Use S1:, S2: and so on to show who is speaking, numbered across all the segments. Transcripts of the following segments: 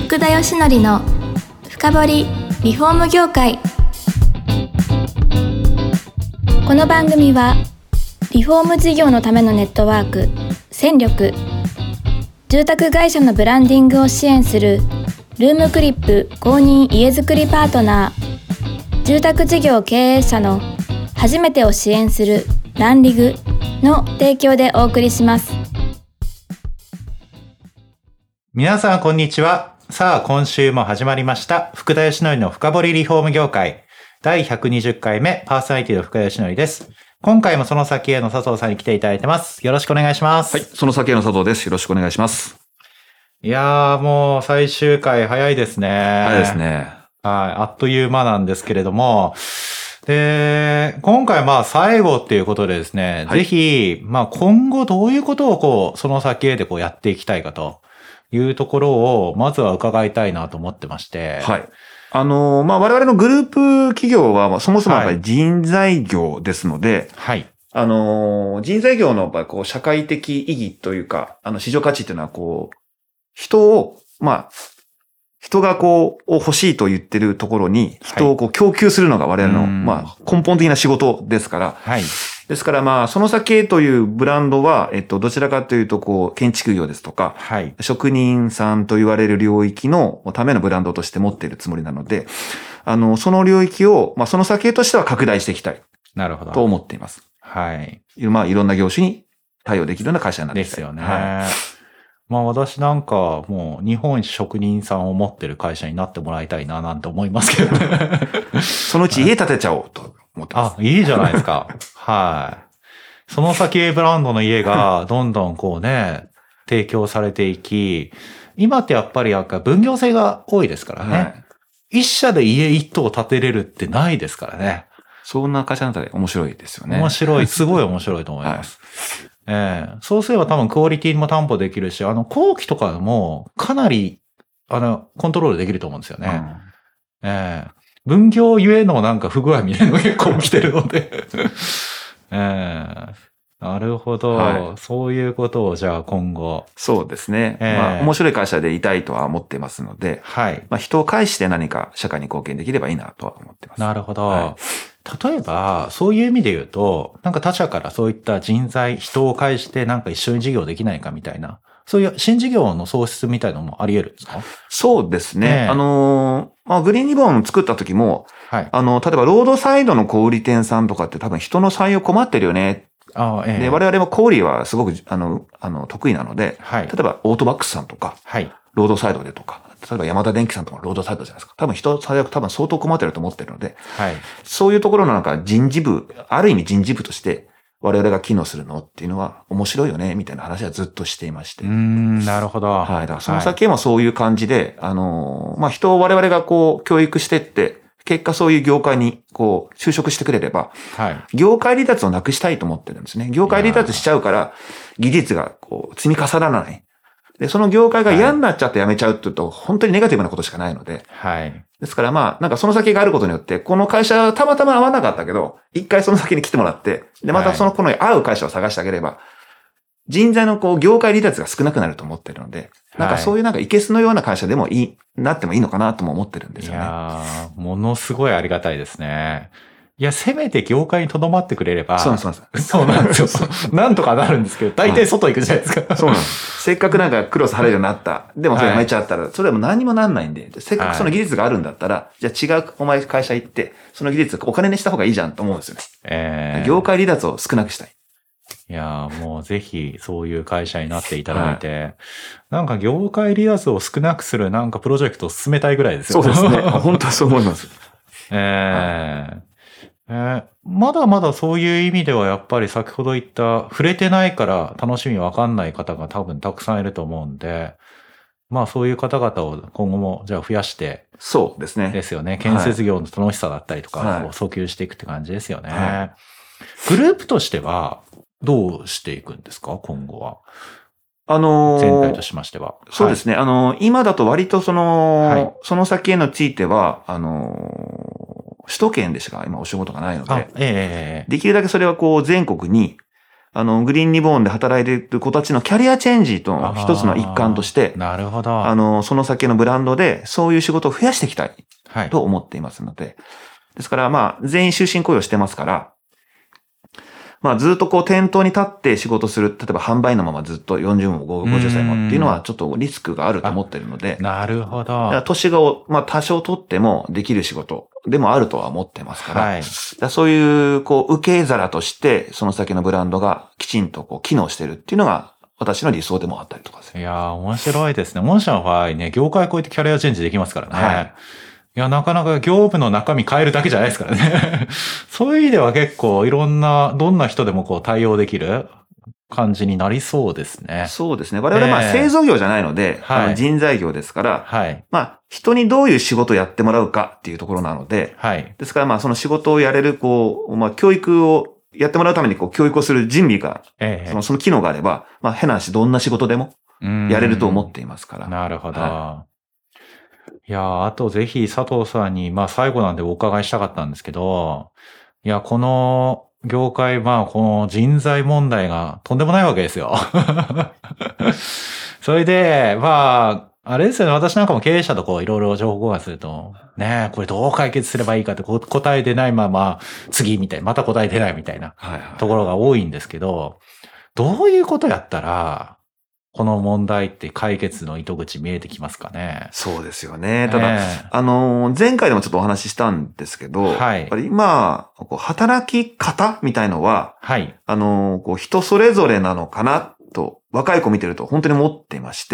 S1: 福田義則の深掘りリフォーム業界。この番組はリフォーム事業のためのネットワーク戦力、住宅会社のブランディングを支援するルームクリップ公認家づくりパートナー、住宅事業経営者の初めてを支援するランリグの提供でお送りします。
S2: 皆さんこんにちは。さあ今週も始まりました福田義則の深掘りリフォーム業界第120回目、パーソナリティの福田義則です。今回もその先への佐藤さんに来ていただいてます。よろしくお願いします。
S3: はい、その先への佐藤です。よろしくお願いします。
S2: いやーもう最終回早いですね。
S3: 早いですね。
S2: はい、あっという間なんですけれども、で、今回最後っていうことでですね、
S3: はい、
S2: ぜひ今後どういうことをその先へでやっていきたいかというところをまずは伺いたいなと思ってまして。
S3: はい。我々のグループ企業はそもそもやっぱり人材業ですので、
S2: はい。
S3: 人材業の社会的意義というか、市場価値というのは人が欲しいと言ってるところに人を供給するのが我々の根本的な仕事ですから、
S2: はい。
S3: ですからその先というブランドはどちらかというと建築業ですとか、
S2: はい。
S3: 職人さんと言われる領域のためのブランドとして持っているつもりなので、その領域をその先としては拡大していきたい。なるほど。と思っています。
S2: はい。
S3: いろんな業種に対応できるような会社になっていきたい。
S2: ですよね。
S3: はい。
S2: 私なんかもう日本一職人さんを持ってる会社になってもらいたいななんて思いますけどね。
S3: そのうち家建てちゃおうと思ってます。
S2: いいじゃないですか。はい。その先ブランドの家がどんどん提供されていき、今ってやっぱり分業制が多いですからね。はい、一社で家一棟建てれるってないですからね。
S3: そんな会社だったら面白いですよね。
S2: 面白い。すごい面白いと思います。はい、そうすれば多分クオリティも担保できるし、工期とかもかなり、コントロールできると思うんですよね。分業ゆえの不具合みたいなのが結構起きてるので。なるほど、はい。そういうことをじゃあ今後。
S3: そうですね。面白い会社でいたいとは思ってますので、はい。人を介して何か社会に貢献できればいいなとは思ってます。
S2: なるほど。はい、例えば、そういう意味で言うと、他社からそういった人材、人を介して一緒に事業できないかみたいな、そういう新事業の創出みたいなのもあり得るんですか？
S3: そうですね。グリーンリボン作った時も、はい、例えばロードサイドの小売店さんとかって多分人の採用困ってるよね。で、我々も小売はすごく、得意なので、はい、例えばオートバックスさんとか、はい、ロードサイドでとか、例えばヤマダ電機さんとかロードサイドじゃないですか。多分採用相当困ってると思ってるので、はい、そういうところの人事部、ある意味人事部として我々が機能するのっていうのは面白いよね、みたいな話はずっとしていまして。
S2: なるほど。
S3: はい。だからその先もそういう感じで、人を我々が教育してって、結果そういう業界に就職してくれれば、はい、業界離脱をなくしたいと思ってるんですね。業界離脱しちゃうから、技術が積み重ならない。で、その業界が嫌になっちゃって辞めちゃうって言うと、本当にネガティブなことしかないので。はい。ですからその先があることによって、この会社はたまたま合わなかったけど、一回その先に来てもらって、で、またその子の合う会社を探してあげれば、人材の業界離脱が少なくなると思ってるので、そういういけすのような会社でもなってもいいのかなとも思ってるんですよね。
S2: いやー、ものすごいありがたいですね。いや、せめて業界に留まってくれれば。
S3: そうなんですよ。
S2: なんとかなるんですけど、大体外行くじゃないですか。
S3: そうなんです。せっかくクロス晴れるようになった。でもそれやめちゃったら、それはもう何もなんないんで、せっかくその技術があるんだったら、じゃあ違うお前会社行って、その技術お金にした方がいいじゃんと思うんですよね。業界離脱を少なくしたい。
S2: いやーもうぜひそういう会社になっていただいて、はい、業界離脱を少なくするプロジェクトを進めたいぐらいですよね。
S3: そうですね。本当はそう思います。
S2: まだまだそういう意味ではやっぱり先ほど言った触れてないから楽しみわかんない方が多分たくさんいると思うんで、そういう方々を今後もじゃあ増やして。
S3: そうですね。
S2: ですよね。建設業の楽しさだったりとかを訴求していくって感じですよね。はい、グループとしてはどうしていくんですか今後は。全体としましては。
S3: そうですね。はい、今だと割とその先へのついては、首都圏でしか今お仕事がないので、できるだけそれは全国に、 グリーンリボーンで働いている子たちのキャリアチェンジと一つの一環として、
S2: なるほど。
S3: その先のブランドでそういう仕事を増やしていきたいと思っていますので、ですからまあ、全員終身雇用してますから、まあずっとこう店頭に立って仕事する、例えば販売のままずっと40も50歳もっていうのはちょっとリスクがあると思っているので。
S2: なるほど。
S3: 年がまあ多少取ってもできる仕事でもあるとは思ってますから。
S2: はい。
S3: そういうこう受け皿としてその先のブランドがきちんとこう機能してるっていうのが私の理想でもあったりとかですね。
S2: いやー面白いですね。御社の場合ね、業界超えてキャリアチェンジできますからね。はい。いや、なかなか業務の中身変えるだけじゃないですからね。そういう意味では結構いろんな、どんな人でもこう対応できる感じになりそうですね。
S3: そうですね。我々はまあ製造業じゃないので、人材業ですから、
S2: はい、
S3: まあ人にどういう仕事をやってもらうかっていうところなので、
S2: はい、
S3: ですからまあその仕事をやれる、こう、まあ教育をやってもらうためにこう教育をする準備が、その機能があれば、まあ変な話どんな仕事でもやれると思っていますから。
S2: なるほど。いや、あとぜひ佐藤さんに、まあ最後なんでお伺いしたかったんですけど、いや、この業界、まあこの人材問題がとんでもないわけですよ。それで、まあ、あれですよね、私なんかも経営者とこういろいろ情報交換すると、ねえ、これどう解決すればいいかって答え出ないまま、次みたいな、また答え出ないみたいなところが多いんですけど、どういうことやったら、この問題って解決の糸口見えてきますかね。
S3: そうですよね。ただ、前回でもちょっとお話ししたんですけど、
S2: はい、
S3: やっぱり今、働き方みたいのは、
S2: はい、
S3: 人それぞれなのかなと、若い子見てると本当に思っていまして、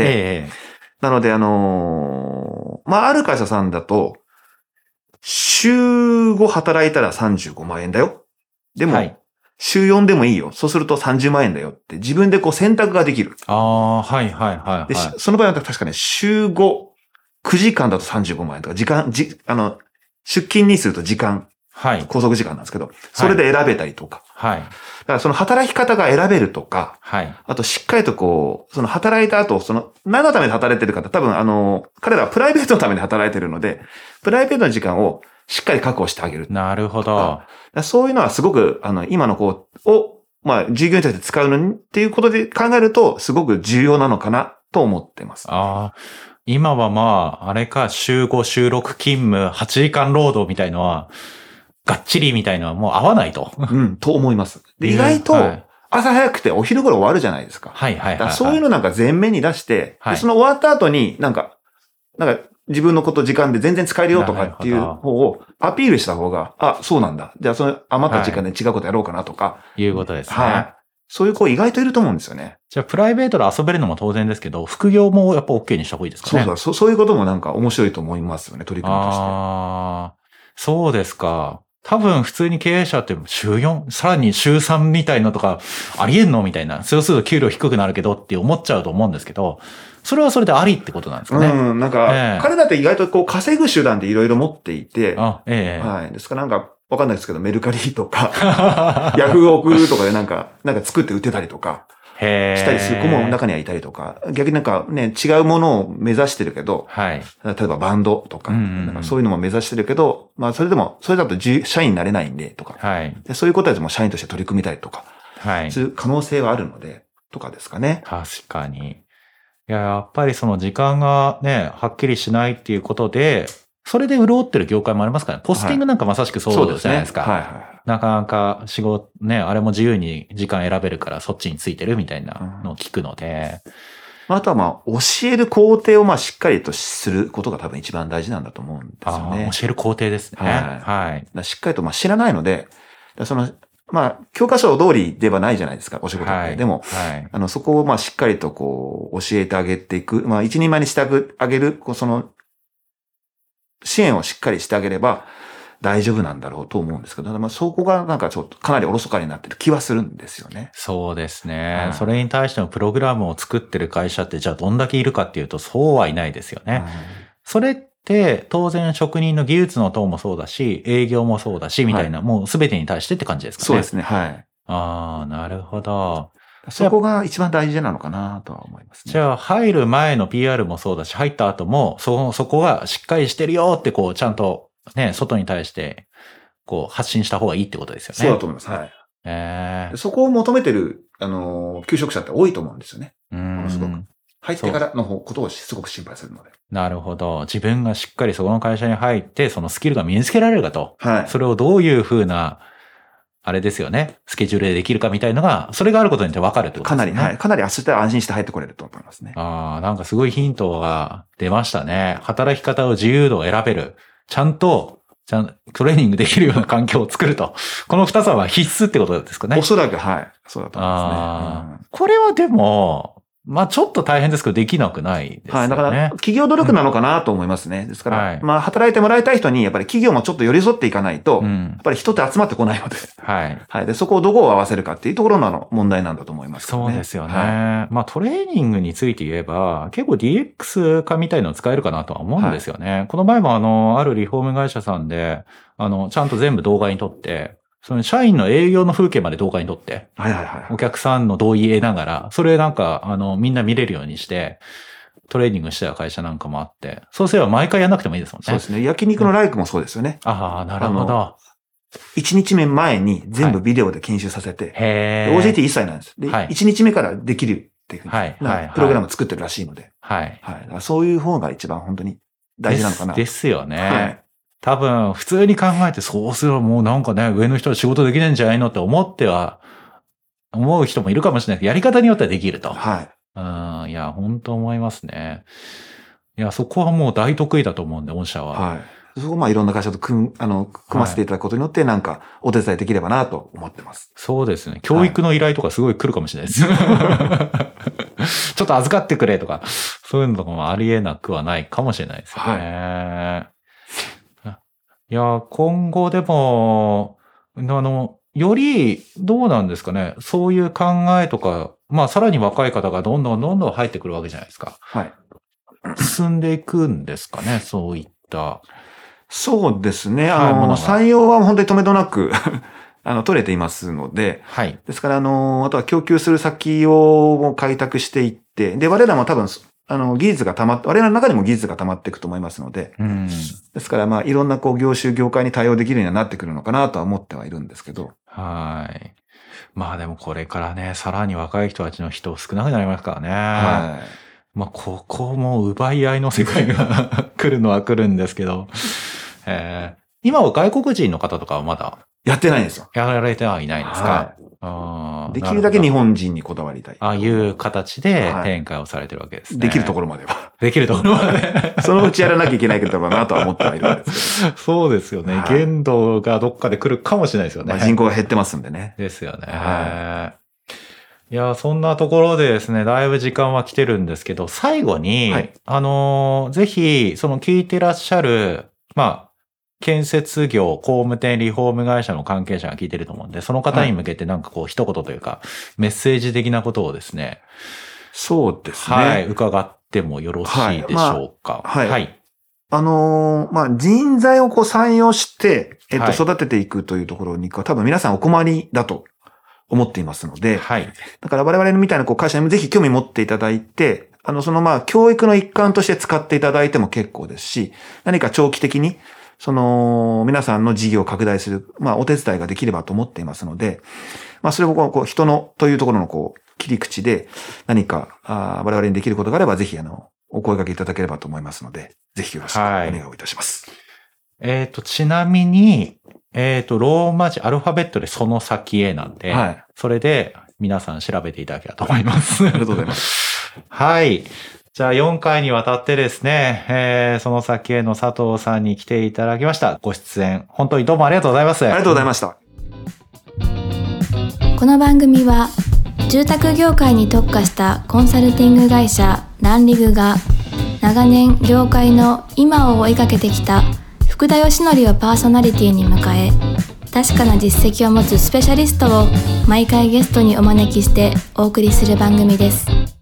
S3: なので、まあ、ある会社さんだと、週5働いたら35万円だよ。でも、週4でもいいよ。そうすると30万円だよって自分でこう選択ができる。
S2: ああ、はいはいはい、はい。
S3: で、その場合は確かね、週5、9時間だと35万円とか、出勤にすると時間、
S2: はい。
S3: 拘束時間なんですけど、それで選べたりとか。
S2: はい。
S3: だからその働き方が選べるとか、
S2: はい。
S3: あとしっかりとこう、その働いた後、何のために働いてるかって多分彼らはプライベートのために働いてるので、プライベートの時間をしっかり確保してあげる。
S2: なるほど。
S3: そういうのはすごく、今の子を、まあ、従業員として使うのっていうことで考えると、すごく重要なのかなと思ってます。
S2: ああ。今はまあ、あれか、週5、週6勤務、8時間労働みたいのは、がっちりみたいのはもう合わないと。
S3: うん、と思います。で、意外と、朝早くてお昼頃終わるじゃないですか。
S2: はいはいはい。
S3: そういうのなんか前面に出して、でその終わった後になんか自分のこと時間で全然使えるよとかっていう方をアピールした方が、あ、そうなんだ。じゃあその余った時間で違うことやろうかなとか。
S2: いうことですね。
S3: はい。そういう子意外といると思うんですよね。
S2: じゃあプライベートで遊べるのも当然ですけど、副業もやっぱ OK にした方がいいですかね。
S3: そういうこともなんか面白いと思いますよね、取り組みとして。
S2: ああ、そうですか。多分普通に経営者って週4、さらに週3みたいなとか、ありえんのみたいな。そうすると給料低くなるけどって思っちゃうと思うんですけど、それはそれでありってことなんですかね。
S3: うん、なんか、彼だって意外とこう稼ぐ手段でいろいろ持っていて、
S2: はい。
S3: ですからなんか、わかんないですけど、メルカリとか、ヤフオクとかでなんか作って売ってたりとか、したりする子も中にはいたりとか、逆になんかね、違うものを目指してるけど、例えばバンドとか、なんかそういうのも目指してるけど、まあそれだと社員になれないんでとか、でそういうことたちも社員として取り組みたいとか、そういう可能性はあるので、とかですかね。
S2: 確かに。いや、やっぱりその時間がね、はっきりしないっていうことで、それで潤ってる業界もありますからね。ポスティングなんかまさしくそうじゃないですか。なかなか仕事ね、あれも自由に時間選べるからそっちについてるみたいなのを聞くので。
S3: あとはまあ、教える工程をまあしっかりとすることが多分一番大事なんだと思うんですよね。
S2: 教える工程ですね。はい。
S3: しっかりとまあ知らないので、まあ、教科書通りではないじゃないですか、お仕事って。でも、そこをまあしっかりとこう、教えてあげていく。まあ、一人前にしてあげる、支援をしっかりしてあげれば大丈夫なんだろうと思うんですけど、まあそこがなんかちょっとかなりおろそかになってる気はするんですよね。
S2: そうですね。それに対してのプログラムを作ってる会社ってじゃあどんだけいるかっていうとそうはいないですよね。それって当然職人の技術の等もそうだし、営業もそうだしみたいな、もう全てに対してって感じですかね。
S3: そうですね。はい。
S2: ああ、なるほど。
S3: そこが一番大事なのかなとは思いますね。
S2: じゃあ、入る前の PR もそうだし、入った後も、そこがしっかりしてるよって、こう、ちゃんと、ね、外に対して、こう、発信した方がいいってことですよね。
S3: そうだと思います。はい。
S2: そ
S3: こを求めてる求職者って多いと思うんですよね。すごく。
S2: ん。
S3: 入ってからのことをすごく心配するので。
S2: なるほど。自分がしっかりそこの会社に入って、そのスキルが身につけられるかと。
S3: はい。
S2: それをどういうふうな、あれですよね。スケジュールでできるかみたいのが、それがあることによって分かるってことですね。
S3: かなり、はい。かなり明日安心して入ってこれると思いますね。
S2: なんかすごいヒントが出ましたね。働き方を自由度を選べる。ちゃんとトレーニングできるような環境を作ると。この二つは必須ってことですかね。
S3: おそらく、はい。そうだと思いますね。
S2: これはでも、ちょっと大変ですけど、できなくないですよね。
S3: はい。だから、企業努力なのかなと思いますね。ですから、働いてもらいたい人に、やっぱり企業もちょっと寄り添っていかないと、やっぱり人って集まってこないので。
S2: はい。
S3: はい。で、そこをどこを合わせるかっていうところの問題なんだと思いますね。
S2: そうですよね。トレーニングについて言えば、結構 DX 化みたいのを使えるかなとは思うんですよね。この前もあるリフォーム会社さんで、ちゃんと全部動画に撮って、その社員の営業の風景まで動画に撮って、お客さんの同意得ながら、それなんか、みんな見れるようにして、トレーニングしてた会社なんかもあって、そうすれば毎回やんなくてもいいですもんね。
S3: そうですね。焼肉のライクもそうですよね。
S2: なるほど。
S3: 1日目前に全部ビデオで研修させて、OJT 一切なんです。で、1日目からできるっていうふうに、プログラム作ってるらしいので、そういう方が一番本当に大事なのかな。
S2: ですよね。多分、普通に考えて、そうすればもうなんかね、上の人は仕事できないんじゃないのって思う人もいるかもしれないけど、やり方によってはできると。いや、本当思いますね。いや、そこはもう大得意だと思うんで、御社は。
S3: そこいろんな会社と組ませていただくことによって、なんか、お手伝いできればなと思ってます。
S2: そうですね。教育の依頼とかすごい来るかもしれないです。ちょっと預かってくれとか、そういうのとかもありえなくはないかもしれないですよね。いや、今後でも、より、どうなんですかね。そういう考えとか、さらに若い方がどんどん入ってくるわけじゃないですか。進んでいくんですかね、そういった。
S3: そうですね。採用は本当に止めどなく、取れていますので。ですから、あとは供給する先を開拓していって、で、我らも多分、技術が我々の中にも技術が溜まっていくと思いますので。ですから、いろんな業種、業界に対応できるようになってくるのかなとは思ってはいるんですけど。
S2: でもこれからね、さらに若い人たちの人少なくなりますからね。ここも奪い合いの世界が来るのは来るんですけど。今は外国人の方とかはまだ
S3: やってないんですよ。
S2: やられてはいないんですか。
S3: できるだけ日本人にこだわりたい。
S2: ああいう形で展開をされてるわけですね。
S3: できるところまでは。
S2: できるところまで。
S3: そのうちやらなきゃいけないけどなとは思ってはいるんですけど。
S2: そうですよね。限度がどっかで来るかもしれないですよね。
S3: 人口が減ってますんでね。
S2: ですよね。いや、そんなところでですね、だいぶ時間は来てるんですけど、最後に、ぜひ、聞いてらっしゃる、建設業、工務店、リフォーム会社の関係者が聞いてると思うんで、その方に向けてなんか一言というか、メッセージ的なことをですね。
S3: そうですね。
S2: 伺ってもよろしいでしょうか。
S3: 人材を採用して、育てていくというところに、多分皆さんお困りだと思っていますので、だから我々みたいな会社にもぜひ興味持っていただいて、教育の一環として使っていただいても結構ですし、何か長期的に、皆さんの事業を拡大する、お手伝いができればと思っていますので、それを人のというところの切り口で何か、我々にできることがあれば、ぜひお声掛けいただければと思いますので、ぜひよろしくお願いをいたします。
S2: ちなみに、ローマ字、アルファベットでその先へなんで、それで皆さん調べていただければと思います。
S3: ありがとうございます。
S2: じゃあ4回にわたってですね、その先への佐藤さんに来ていただきました。ご出演、本当にどうもありがとうございます。
S3: ありがとうございました。
S1: この番組は、住宅業界に特化したコンサルティング会社ランリグが、長年業界の今を追いかけてきた福田義則をパーソナリティに迎え、確かな実績を持つスペシャリストを毎回ゲストにお招きしてお送りする番組です。